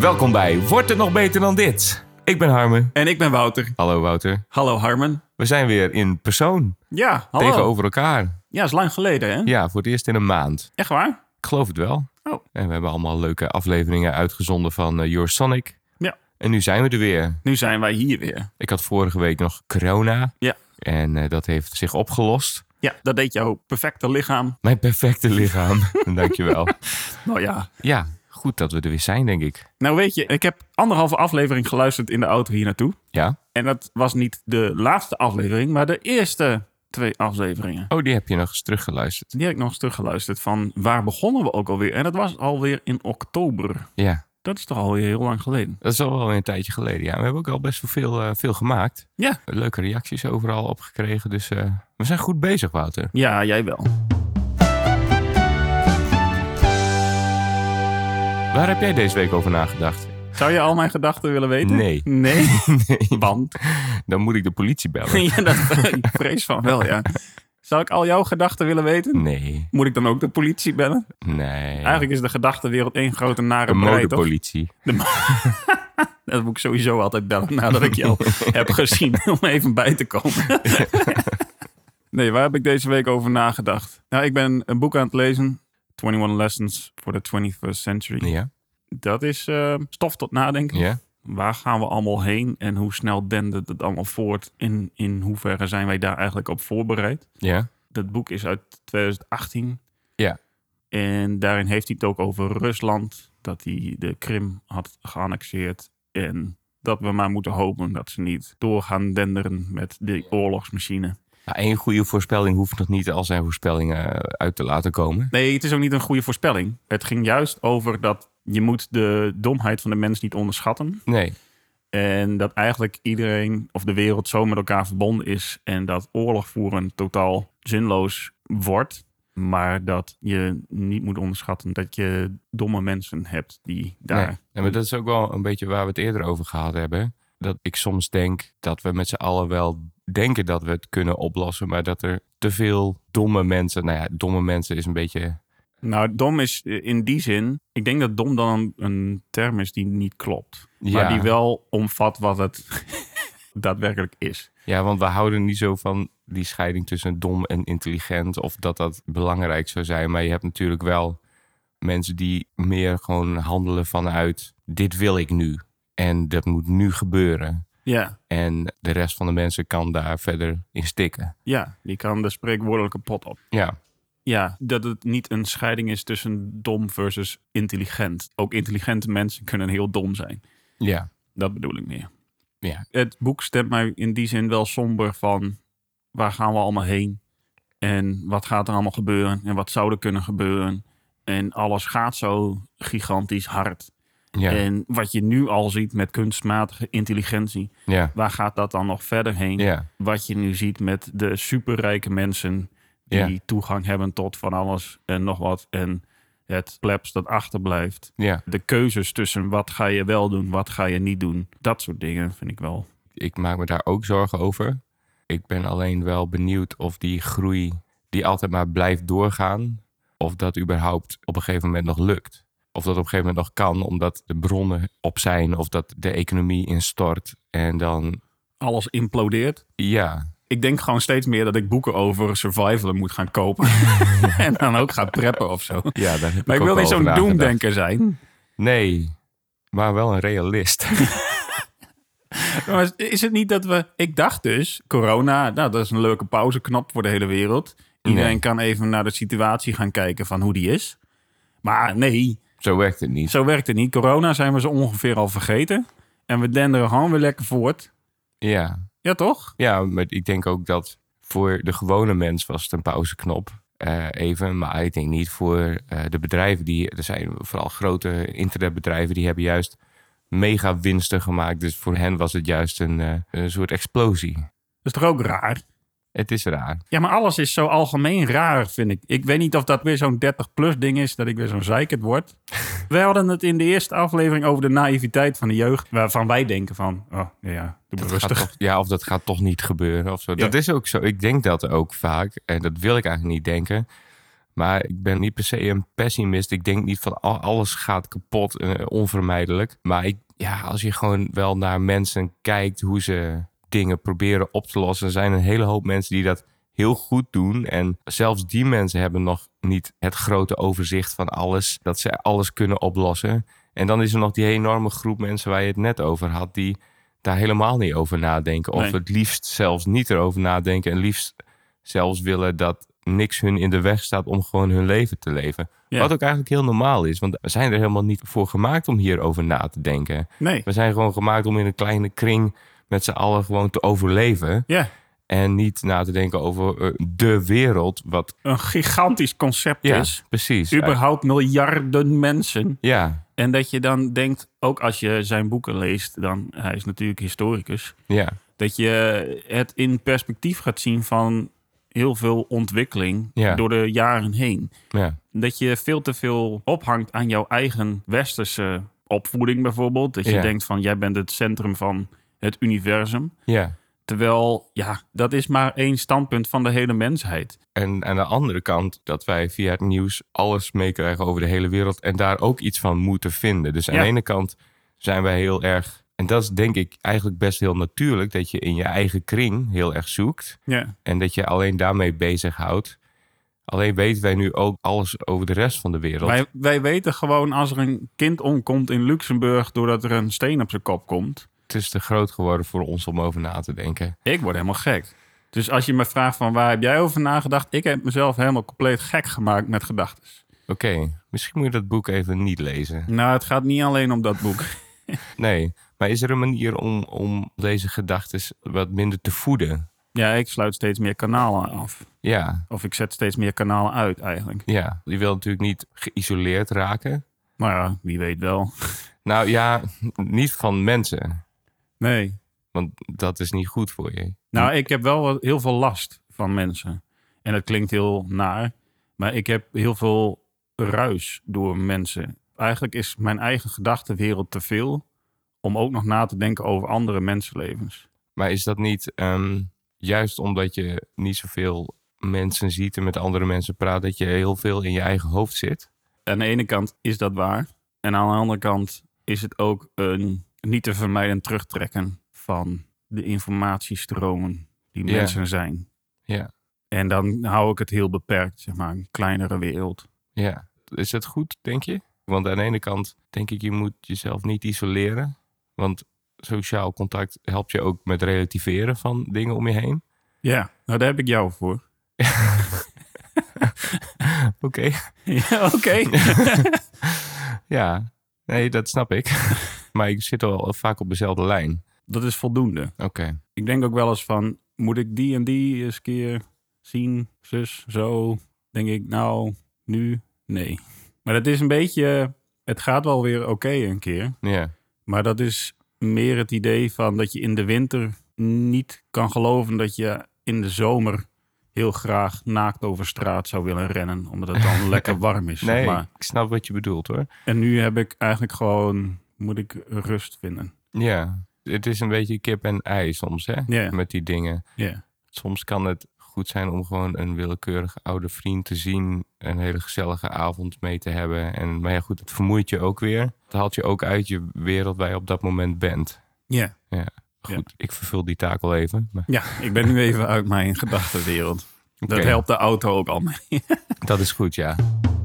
Welkom bij Wordt het nog beter dan dit? Ik ben Harmen. En ik ben Wouter. Hallo Wouter. Hallo Harmen. We zijn weer in persoon. Ja, hallo. Tegenover elkaar. Ja, is lang geleden, hè? Ja, voor het eerst in een maand. Echt waar? Ik geloof het wel. Oh. En we hebben allemaal leuke afleveringen uitgezonden van Your Sonic. Ja. En nu zijn we er weer. Nu zijn wij hier weer. Ik had vorige week nog corona. Ja. En dat heeft zich opgelost. Ja, dat deed jouw perfecte lichaam. Mijn perfecte lichaam. Dankjewel. Nou ja. Ja, goed dat we er weer zijn, denk ik. Nou weet je, ik heb 1,5 aflevering geluisterd in de auto hier naartoe. Ja? En dat was niet de laatste aflevering, maar de eerste 2 afleveringen. Oh, die heb je nog eens teruggeluisterd. Die heb ik nog eens teruggeluisterd van waar begonnen we ook alweer? En dat was alweer in oktober. Ja. Dat is toch alweer heel lang geleden. Dat is al wel een tijdje geleden, ja. We hebben ook al best wel veel gemaakt. Ja. Leuke reacties overal opgekregen. Dus we zijn goed bezig, Wouter. Ja, jij wel. Waar heb jij deze week over nagedacht? Zou je al mijn gedachten willen weten? Nee. Nee? Nee. Want? Dan moet ik de politie bellen. Ja, dat ik vrees van wel, ja. Zou ik al jouw gedachten willen weten? Nee. Moet ik dan ook de politie bellen? Nee. Eigenlijk is de gedachtenwereld één grote nare de brei, toch? modepolitie. Dat moet ik sowieso altijd bellen nadat ik jou heb gezien om even bij te komen. Nee, waar heb ik deze week over nagedacht? Nou, ik ben een boek aan het lezen. 21 Lessons for the 21st Century. Ja. Dat is stof tot nadenken. Ja. Waar gaan we allemaal heen en hoe snel dendert het allemaal voort? In hoeverre zijn wij daar eigenlijk op voorbereid? Ja. Dat boek is uit 2018. Ja. En daarin heeft hij het ook over Rusland. Dat hij de Krim had geannexeerd. En dat we maar moeten hopen dat ze niet doorgaan denderen met die oorlogsmachine. Nou, één goede voorspelling hoeft nog niet al zijn voorspellingen uit te laten komen. Nee, het is ook niet een goede voorspelling. Het ging juist over dat je moet de domheid van de mens niet onderschatten. Nee. En dat eigenlijk iedereen of de wereld zo met elkaar verbonden is. En dat oorlog voeren totaal zinloos wordt. Maar dat je niet moet onderschatten dat je domme mensen hebt die daar... Nee. Ja, maar dat is ook wel een beetje waar we het eerder over gehad hebben. Dat ik soms denk dat we met z'n allen wel denken dat we het kunnen oplossen. Maar dat er te veel domme mensen... Nou ja, domme mensen is een beetje... Nou, dom is in die zin... Ik denk dat dom dan een term is die niet klopt. Ja. Maar die wel omvat wat het daadwerkelijk is. Ja, want we houden niet zo van die scheiding tussen dom en intelligent. Of dat belangrijk zou zijn. Maar je hebt natuurlijk wel mensen die meer gewoon handelen vanuit... Dit wil ik nu. En dat moet nu gebeuren. Ja. En de rest van de mensen kan daar verder in stikken. Ja, die kan de spreekwoordelijke pot op. Ja. Ja, dat het niet een scheiding is tussen dom versus intelligent. Ook intelligente mensen kunnen heel dom zijn. Ja. Dat bedoel ik meer. Ja. Het boek stemt mij in die zin wel somber van... waar gaan we allemaal heen? En wat gaat er allemaal gebeuren? En wat zou er kunnen gebeuren? En alles gaat zo gigantisch hard. Ja. En wat je nu al ziet met kunstmatige intelligentie... Ja. waar gaat dat dan nog verder heen? Ja. Wat je nu ziet met de superrijke mensen... die toegang hebben tot van alles en nog wat. En het plebs dat achterblijft. Ja. De keuzes tussen wat ga je wel doen, wat ga je niet doen. Dat soort dingen vind ik wel. Ik maak me daar ook zorgen over. Ik ben alleen wel benieuwd of die groei die altijd maar blijft doorgaan... of dat überhaupt op een gegeven moment nog lukt. Of dat op een gegeven moment nog kan, omdat de bronnen op zijn... of dat de economie instort en dan... Alles implodeert. Ja. Ik denk gewoon steeds meer dat ik boeken over survivalen moet gaan kopen. En dan ook gaan preppen of zo. Ja, daar heb Maar ik ook wil niet over zo'n nagedacht. doemdenker zijn. Nee, maar wel een realist. Maar is het niet dat we... Ik dacht dus, corona, nou, dat is een leuke pauzeknop voor de hele wereld. Iedereen Nee. kan even naar de situatie gaan kijken van hoe die is. Maar nee, Zo werkt het niet. zo werkt het niet. Corona zijn we zo ongeveer al vergeten. En we denderen gewoon weer lekker voort. Ja. Ja, toch? Ja, maar ik denk ook dat voor de gewone mens was het een pauzeknop. Even, maar ik denk niet voor de bedrijven. Er zijn vooral grote internetbedrijven die hebben juist mega winsten gemaakt. Dus voor hen was het juist een soort explosie. Dat is toch ook raar? Het is raar. Ja, maar alles is zo algemeen raar, vind ik. Ik weet niet of dat weer zo'n 30-plus ding is, dat ik weer zo'n zeikert word. We hadden het in de eerste aflevering over de naïviteit van de jeugd. Waarvan wij denken van, oh ja, doe maar rustig. Toch, ja, of dat gaat toch niet gebeuren of zo. Ja. Dat is ook zo. Ik denk dat ook vaak. En dat wil ik eigenlijk niet denken. Maar ik ben niet per se een pessimist. Ik denk niet van alles gaat kapot, onvermijdelijk. Maar als je gewoon wel naar mensen kijkt hoe ze dingen proberen op te lossen. Er zijn een hele hoop mensen die dat heel goed doen. En zelfs die mensen hebben nog niet het grote overzicht van alles. Dat ze alles kunnen oplossen. En dan is er nog die enorme groep mensen waar je het net over had. Die daar helemaal niet over nadenken. Of Nee. het liefst zelfs niet erover nadenken. En liefst zelfs willen dat niks hun in de weg staat om gewoon hun leven te leven. Ja. Wat ook eigenlijk heel normaal is. Want we zijn er helemaal niet voor gemaakt om hierover na te denken. Nee. We zijn gewoon gemaakt om in een kleine kring met z'n allen gewoon te overleven. Ja. En niet na te denken over de wereld. Wat Een gigantisch concept is. precies. Überhaupt miljarden mensen. Ja, En dat je dan denkt, ook als je zijn boeken leest, dan, hij is natuurlijk historicus, ja, dat je het in perspectief gaat zien van heel veel ontwikkeling Ja. door de jaren heen. ja, Dat je veel te veel ophangt aan jouw eigen westerse opvoeding bijvoorbeeld. Dat je Ja. denkt van, jij bent het centrum van het universum. ja. Terwijl, dat is maar één standpunt van de hele mensheid. En aan de andere kant dat wij via het nieuws alles meekrijgen over de hele wereld en daar ook iets van moeten vinden. Dus aan Ja. de ene kant zijn wij heel erg, en dat is denk ik eigenlijk best heel natuurlijk, dat je in je eigen kring heel erg zoekt Ja, en dat je alleen daarmee bezighoudt. Alleen weten wij nu ook alles over de rest van de wereld. wij weten gewoon als er een kind omkomt in Luxemburg doordat er een steen op zijn kop komt. Het is te groot geworden voor ons om over na te denken. Ik word helemaal gek. Dus als je me vraagt van waar heb jij over nagedacht? Ik heb mezelf helemaal compleet gek gemaakt met gedachten. Oké, misschien moet je dat boek even niet lezen. Nou, het gaat niet alleen om dat boek. Nee, maar is er een manier om deze gedachten wat minder te voeden? Ja, ik sluit steeds meer kanalen af. Ja, Of ik zet steeds meer kanalen uit eigenlijk. ja. Je wil natuurlijk niet geïsoleerd raken. Maar ja, wie weet wel. Nou ja, niet van mensen. Nee. Want dat is niet goed voor je. Nou, ik heb wel heel veel last van mensen. En dat klinkt heel naar. Maar ik heb heel veel ruis door mensen. Eigenlijk is mijn eigen gedachtenwereld te veel om ook nog na te denken over andere mensenlevens. Maar is dat niet juist omdat je niet zoveel mensen ziet en met andere mensen praat, dat je heel veel in je eigen hoofd zit? Aan de ene kant is dat waar. En aan de andere kant is het ook een niet te vermijden terugtrekken van de informatiestromen die Ja. mensen zijn. Ja, En dan hou ik het heel beperkt, zeg maar, een kleinere wereld. ja. Is dat goed, denk je? Want aan de ene kant denk ik, je moet jezelf niet isoleren. Want sociaal contact helpt je ook met relativeren van dingen om je heen. Ja, nou daar heb ik jou voor. Oké. Ja, oké. Ja, nee, dat snap ik. Maar ik zit al vaak op dezelfde lijn. Dat is voldoende. Oké. Ik denk ook wel eens van, moet ik die en die eens een keer zien, zus, zo? Denk ik, nou, nu, nee. Maar dat is een beetje, het gaat wel weer oké een keer. Ja. Maar dat is meer het idee van dat je in de winter niet kan geloven dat je in de zomer heel graag naakt over straat zou willen rennen. Omdat het dan lekker warm is. Nee, Zeg maar. ik snap wat je bedoelt hoor. En nu heb ik eigenlijk gewoon, moet ik rust vinden. Ja, het is een beetje kip en ei soms hè, Ja. met die dingen. Ja. Soms kan het goed zijn om gewoon een willekeurige oude vriend te zien. Een hele gezellige avond mee te hebben. Maar ja goed, het vermoeit je ook weer. Het haalt je ook uit je wereld waar je op dat moment bent. Ja. Ja, goed, ik vervul die taak al even. Maar Ja, ik ben nu even uit mijn gedachtenwereld. Dat Oké. helpt de auto ook al mee. dat is goed, ja.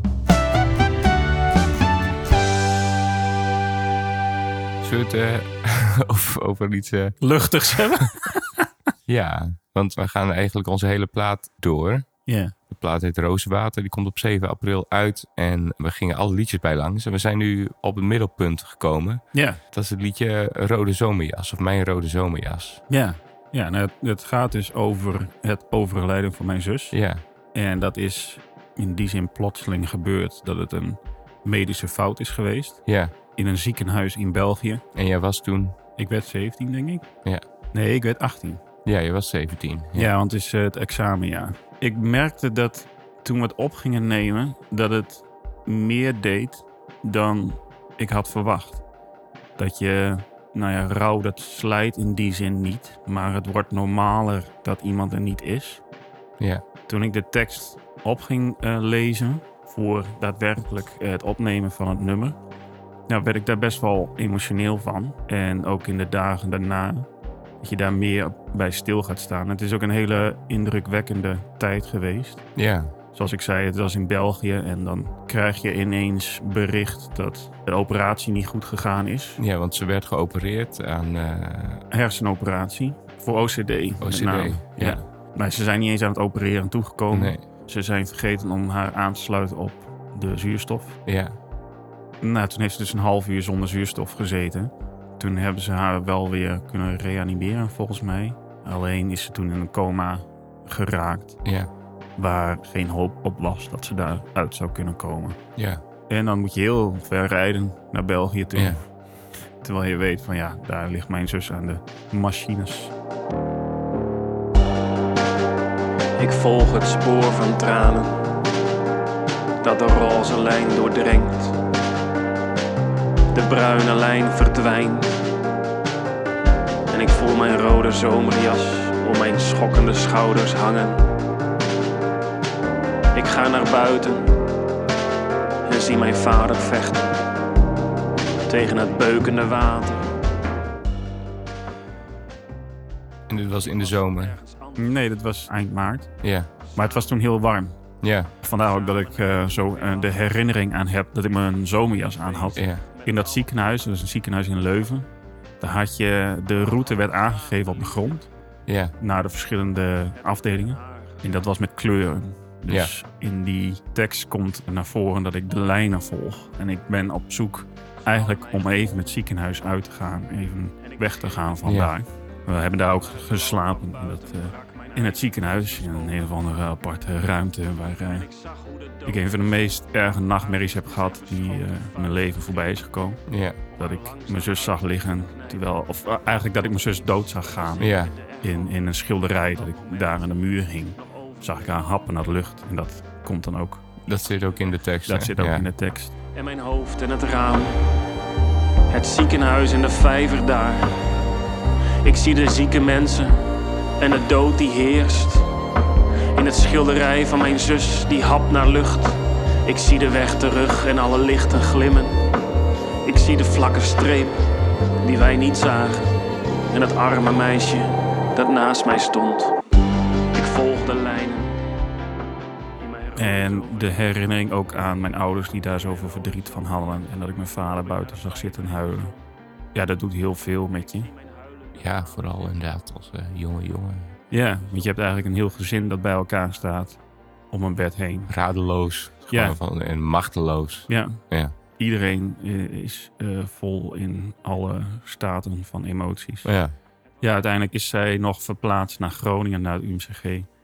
Zullen we het over iets... Luchtigs hebben. Ja, want we gaan eigenlijk onze hele plaat door. Ja. De plaat heet Rozenwater. Die komt op 7 april uit. En we gingen alle liedjes bij langs. En we zijn nu op het middelpunt gekomen. Ja. Dat is het liedje Rode Zomerjas. Of Mijn Rode Zomerjas. Ja. Ja, nou, het gaat dus over het overlijden van mijn zus. Ja, En dat is in die zin plotseling gebeurd dat het een medische fout is geweest. ja. In een ziekenhuis in België. En jij was toen... Ik werd 17, denk ik. Ja. Nee, ik werd 18. Ja, je was 17. Ja, want het is het examenjaar. Ik merkte dat toen we het op gingen nemen, dat het meer deed dan ik had verwacht. Dat je, rouw, dat slijt in die zin niet. Maar het wordt normaler dat iemand er niet is. Ja. Toen ik de tekst op ging lezen voor daadwerkelijk het opnemen van het nummer, nou, werd ik daar best wel emotioneel van. En ook in de dagen daarna, dat je daar meer bij stil gaat staan. Het is ook een hele indrukwekkende tijd geweest. Ja. Zoals ik zei, het was in België en dan krijg je ineens bericht dat de operatie niet goed gegaan is. Ja, want ze werd geopereerd aan... Hersenoperatie voor OCD. OCD, Ja. Maar ze zijn niet eens aan het opereren toegekomen. Nee. Ze zijn vergeten om haar aan te sluiten op de zuurstof. Ja. Nou, toen heeft ze dus een half uur zonder zuurstof gezeten. Toen hebben ze haar wel weer kunnen reanimeren, volgens mij. Alleen is ze toen in een coma geraakt. Ja. Waar geen hoop op was dat ze daaruit zou kunnen komen. Ja. En dan moet je heel ver rijden naar België toe. Ja. Terwijl je weet van ja, daar ligt mijn zus aan de machines. Ik volg het spoor van tranen dat de roze lijn doordrenkt. De bruine lijn verdwijnt en ik voel mijn rode zomerjas om mijn schokkende schouders hangen. Ik ga naar buiten en zie mijn vader vechten tegen het beukende water. En dit was in de zomer. Nee, dat was eind maart. Ja. Maar het was toen heel warm. Ja. Vandaar ook dat ik de herinnering aan heb dat ik mijn zomerjas aan had. Ja. In dat ziekenhuis, dat is een ziekenhuis in Leuven. Daar had je, de route werd aangegeven op de grond. Ja. Naar de verschillende afdelingen. En dat was met kleuren. Dus in die tekst komt naar voren dat ik de lijnen volg. En ik ben op zoek eigenlijk om even het ziekenhuis uit te gaan. Even weg te gaan van daar. We hebben daar ook geslapen in het ziekenhuis. In een of andere aparte ruimte waar ik een van de meest erge nachtmerries heb gehad die in mijn leven voorbij is gekomen. Ja. Dat ik mijn zus zag liggen, of eigenlijk dat ik mijn zus dood zag gaan. Ja. In een schilderij, dat ik daar aan de muur hing. Zag ik haar happen naar de lucht. En dat komt dan ook. Dat zit ook in de tekst. Dat zit ook in de tekst. En mijn hoofd en het raam. Het ziekenhuis en de vijver daar. Ik zie de zieke mensen en de dood die heerst. In het schilderij van mijn zus die hapt naar lucht. Ik zie de weg terug en alle lichten glimmen. Ik zie de vlakke streep die wij niet zagen. En het arme meisje dat naast mij stond. Ik volg de lijnen. En de herinnering ook aan mijn ouders die daar zoveel verdriet van hadden. En dat ik mijn vader buiten zag zitten huilen. Ja, dat doet heel veel met je. Ja, vooral inderdaad als jonge jongen. Ja, want je hebt eigenlijk een heel gezin dat bij elkaar staat om een bed heen. Radeloos. En machteloos. Ja. Ja. Iedereen is vol in alle staten van emoties. Ja. Ja, uiteindelijk is zij nog verplaatst naar Groningen, naar het UMCG.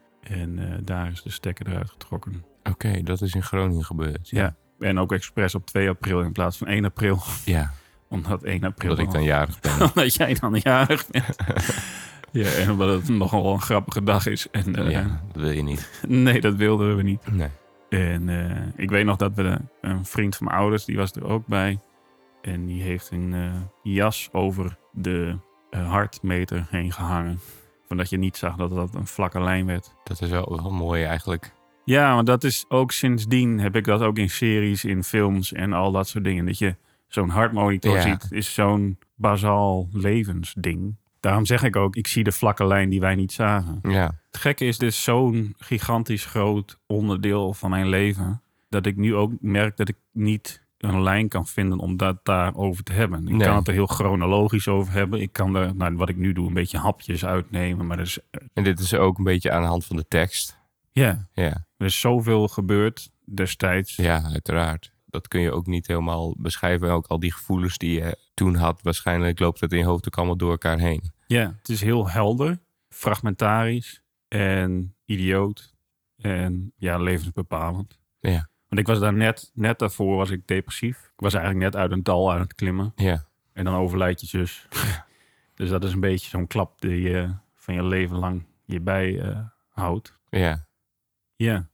En daar is de stekker eruit getrokken. Oké, dat is in Groningen gebeurd. Ja. En ook expres op 2 april in plaats van 1 april. Ja. Omdat 1 april... Omdat ik dan jarig ben. Omdat jij dan jarig bent. Ja, en omdat het nogal een grappige dag is. En, ja, dat wil je niet. Nee, dat wilden we niet. Nee. En ik weet nog dat een vriend van mijn ouders, die was er ook bij. En die heeft een jas over de hartmeter heen gehangen. Van dat je niet zag dat dat een vlakke lijn werd. Dat is wel mooi eigenlijk. Ja, maar dat is ook sindsdien heb ik dat ook in series, in films en al dat soort dingen. Dat je zo'n hartmonitor ziet, is zo'n bazaal levensding. Daarom zeg ik ook, ik zie de vlakke lijn die wij niet zagen. Ja. Het gekke is dus zo'n gigantisch groot onderdeel van mijn leven, dat ik nu ook merk dat ik niet een lijn kan vinden om dat daarover te hebben. Ik kan het er heel chronologisch over hebben. Ik kan er, wat ik nu doe, een beetje hapjes uitnemen. Maar En dit is ook een beetje aan de hand van de tekst. Ja. Ja. Er is zoveel gebeurd destijds. Ja, uiteraard. Dat kun je ook niet helemaal beschrijven. Ook al die gevoelens die je toen had, waarschijnlijk loopt het in je hoofd ook allemaal door elkaar heen. Ja, het is heel helder, fragmentarisch en idioot en ja, levensbepalend. Ja. Want ik was daar net daarvoor was ik depressief. Ik was eigenlijk net uit een dal aan het klimmen. Ja. En dan overlijdt je zus. Dus dat is een beetje zo'n klap die je van je leven lang je bij houdt. Ja. Ja.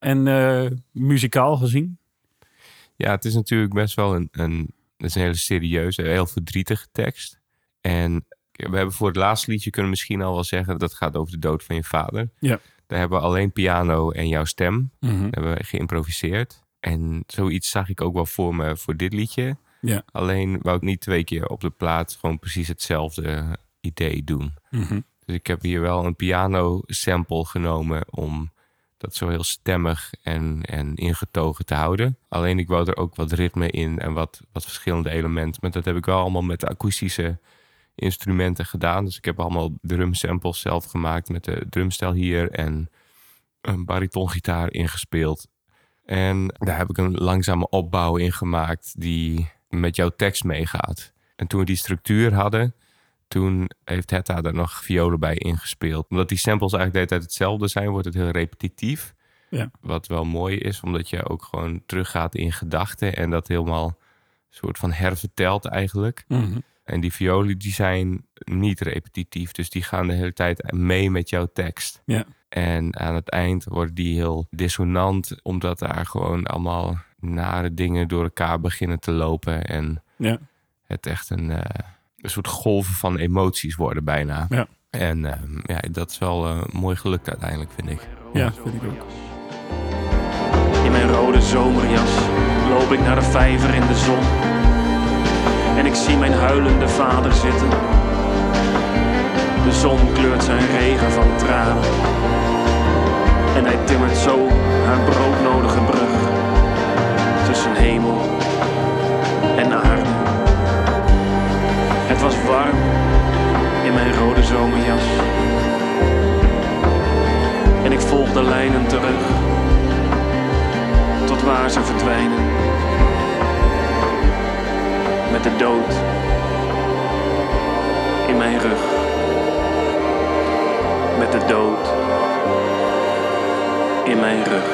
En muzikaal gezien? Ja, het is natuurlijk best wel het is een hele serieuze, heel verdrietige tekst. En we hebben voor het laatste liedje kunnen misschien al wel zeggen dat het gaat over de dood van je vader. Ja. Daar hebben we alleen piano en jouw stem. Mhm. Hebben we geïmproviseerd. En zoiets zag ik ook wel voor me voor dit liedje. Ja. Alleen wou ik niet 2 keer op de plaat gewoon precies hetzelfde idee doen. Mhm. Dus ik heb hier wel een piano sample genomen om dat zo heel stemmig en ingetogen te houden. Alleen ik wou er ook wat ritme in en wat verschillende elementen. Maar dat heb ik wel allemaal met de akoestische instrumenten gedaan. Dus ik heb allemaal drum samples zelf gemaakt met de drumstel hier en een baritongitaar ingespeeld. En daar heb ik een langzame opbouw in gemaakt die met jouw tekst meegaat. En toen we die structuur hadden, toen heeft Hetta er nog violen bij ingespeeld. Omdat die samples eigenlijk de hele tijd hetzelfde zijn, wordt het heel repetitief. Ja. Wat wel mooi is, omdat je ook gewoon teruggaat in gedachten en dat helemaal soort van hervertelt eigenlijk. Mhm. En die violen die zijn niet repetitief, dus die gaan de hele tijd mee met jouw tekst. Ja. En aan het eind wordt die heel dissonant, omdat daar gewoon allemaal nare dingen door elkaar beginnen te lopen. En Ja. het echt een soort golven van emoties worden bijna. Ja. En dat is wel mooi gelukt uiteindelijk, vind ik. Ja, vind ik ook. In mijn rode zomerjas loop ik naar de vijver in de zon. En ik zie mijn huilende vader zitten. De zon kleurt zijn regen van tranen. En hij timmert zo haar broodnodige brug tussen hemel en aarde. Het was warm in mijn rode zomerjas. En ik volg de lijnen terug tot waar ze verdwijnen. Met de dood in mijn rug. Met de dood in mijn rug.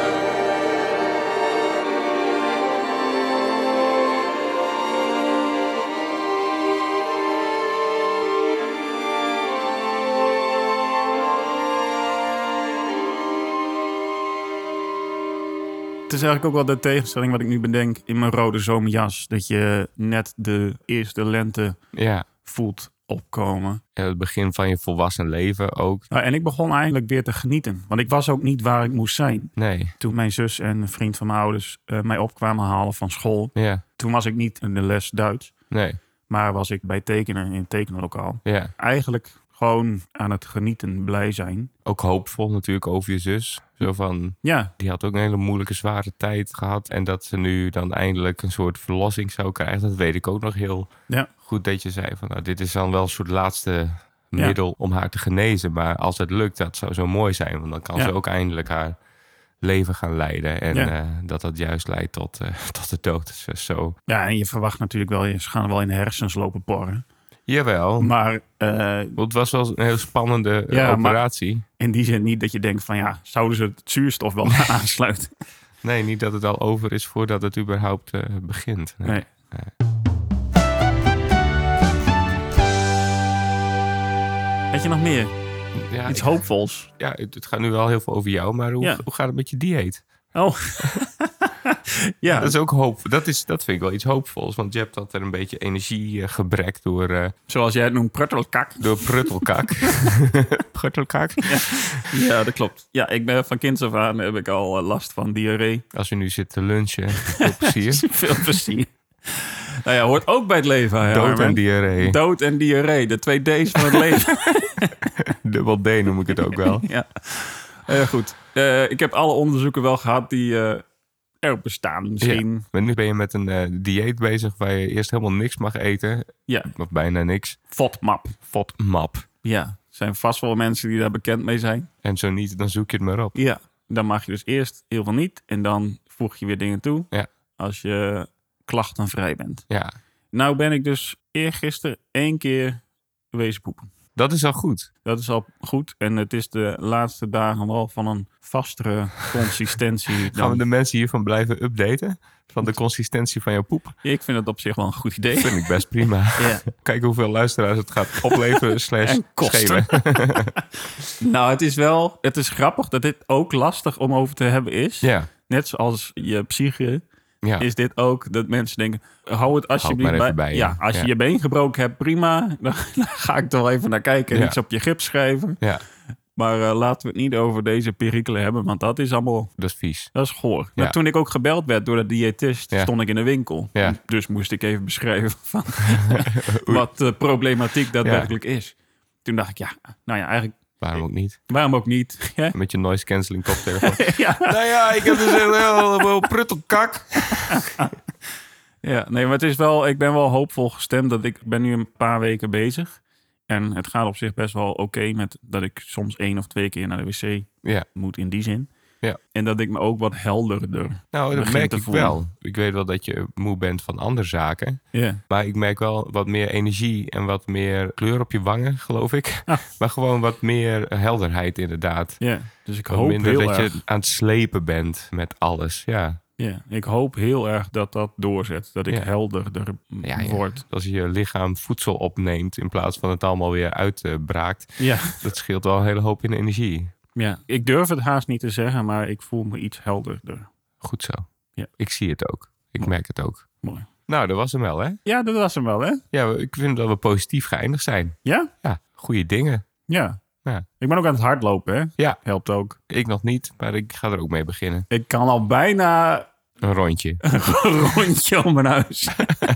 Het is eigenlijk ook wel de tegenstelling wat ik nu bedenk in mijn rode zomerjas. Dat je net de eerste lente Ja, voelt opkomen. en het begin van je volwassen leven ook. Ja, en ik begon eigenlijk weer te genieten. Want ik was ook niet waar ik moest zijn. Nee, Toen mijn zus en een vriend van mijn ouders mij opkwamen halen van school. ja, Toen was ik niet in de les Duits. nee, Maar was ik bij tekenen in het tekenlokaal. ja. Eigenlijk gewoon aan het genieten, blij zijn. Ook hoopvol natuurlijk over je zus. Zo van, Ja, die had ook een hele moeilijke, zware tijd gehad. En dat ze nu dan eindelijk een soort verlossing zou krijgen. Dat weet ik ook nog heel ja, goed dat je zei van, nou, dit is dan wel een soort laatste middel om haar te genezen. Maar als het lukt, dat zou zo mooi zijn. Want dan kan Ja. ze ook eindelijk haar leven gaan leiden. En Ja. dat juist leidt tot de dood. Dus zo. ja, en je verwacht natuurlijk wel, ze gaan wel in de hersens lopen porren. Jawel. Maar Want het was wel een heel spannende Ja, maar- operatie. in die zin niet dat je denkt van ja, zouden ze het zuurstof wel gaan aansluiten? Nee, niet dat het al over is voordat het überhaupt begint. Nee. Weet je nog meer? Ja, Iets hoopvols. Ja, het gaat nu wel heel veel over jou, maar hoe gaat het met je dieet? Oh. Ja, Dat is ook hoop. Dat vind ik wel iets hoopvols, want je hebt altijd een beetje energiegebrek door zoals jij het noemt, pruttelkak. pruttelkak. Pruttelkak. Ja, dat klopt. Ja, ik ben van kinds af aan heb ik al last van diarree. Als je nu zit te lunchen, veel plezier. Veel plezier. Nou ja, hoort ook bij het leven. Dood Armin. en diarree. Dood en diarree, de 2 D's van het leven. Dubbel D noem ik het ook wel. Ja, goed. Ik heb alle onderzoeken wel gehad die erop bestaan. Misschien, Maar nu ben je met een dieet bezig waar je eerst helemaal niks mag eten. ja, Of bijna niks. FODMAP. FODMAP. Ja, er zijn vast wel mensen die daar bekend mee zijn. En zo niet, dan zoek je het maar op. Ja, dan mag je dus eerst heel veel niet. En dan voeg je weer dingen toe. Ja. Als je klachtenvrij bent. Ja, Nou ben ik dus eergisteren 1 keer wezen poepen. dat is al goed. Dat is al goed. En het is de laatste dagen wel van een vastere consistentie. Gaan we Dan... de mensen hiervan blijven updaten? Van de consistentie van jouw poep? Ik vind het op zich wel een goed idee. Vind ik best prima. Ja. Kijken hoeveel luisteraars het gaat opleveren / En kosten. schelen. Nou, het is grappig dat dit ook lastig om over te hebben is. Ja, Net zoals je psyche ja. is dit ook dat mensen denken, hou het alsjeblieft maar even bij je. Ja, als je Ja. je been gebroken hebt, prima. Dan ga ik er wel even naar kijken en Ja. iets op je gips schrijven. Ja. Maar laten we het niet over deze perikelen hebben, want dat is allemaal... Dat is vies. Dat is goor. Ja. Maar toen ik ook gebeld werd door de diëtist, Ja. stond ik in de winkel. Ja. Dus moest ik even beschrijven van wat de problematiek daadwerkelijk is. Toen dacht ik, eigenlijk, Waarom ook niet? waarom ook niet? Ja? Met je noise cancelling koptelefoon. Ja. Nou ja, ik heb dus een heel pruttelkak. Ja, nee, maar het is wel, ik ben wel hoopvol gestemd dat ik ben nu een paar weken bezig. En het gaat op zich best wel oké met dat ik soms 1 of 2 keer naar de wc Ja. moet in die zin. Ja. En dat ik me ook wat helderder Nou, dat begin merk te ik voelen. wel. Ik weet wel dat je moe bent van andere zaken. Ja. Maar ik merk wel wat meer energie en wat meer kleur op je wangen, geloof ik. Ah. Maar gewoon wat meer helderheid inderdaad. Ja, dus ik Wat hoop minder heel dat erg. je aan het slepen bent met alles. Ja. Ja, ik hoop heel erg dat dat doorzet. Dat ik Ja. helderder Ja. word. Als je lichaam voedsel opneemt in plaats van het allemaal weer uitbraakt. Ja. Dat scheelt wel een hele hoop in energie. Ja, ik durf het haast niet te zeggen, maar ik voel me iets helderder. Goed zo. Ja. Ik zie het ook. Ik Mooi. merk het ook. Mooi. Nou, dat was hem wel, hè? Ja, dat was hem wel, hè? Ja, ik vind dat we positief geëindigd zijn. Ja? Ja, goede dingen. Ja. Ja. Ik ben ook aan het hardlopen, hè? Ja, Helpt ook. ik nog niet, maar ik ga er ook mee beginnen. Ik kan al bijna Een rondje. een rondje om mijn huis.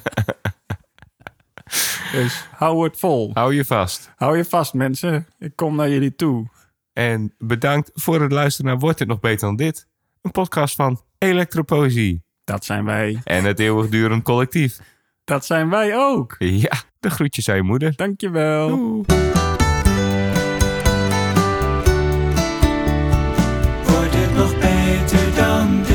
Dus hou het vol. Hou je vast. Hou je vast, mensen. Ik kom naar jullie toe. En bedankt voor het luisteren naar Wordt het nog beter dan dit? Een podcast van Elektropoëzie Dat zijn wij. en het eeuwigdurend collectief. Dat zijn wij ook. Ja, de groetjes aan je moeder. Dankjewel. Doei. Wordt het nog beter dan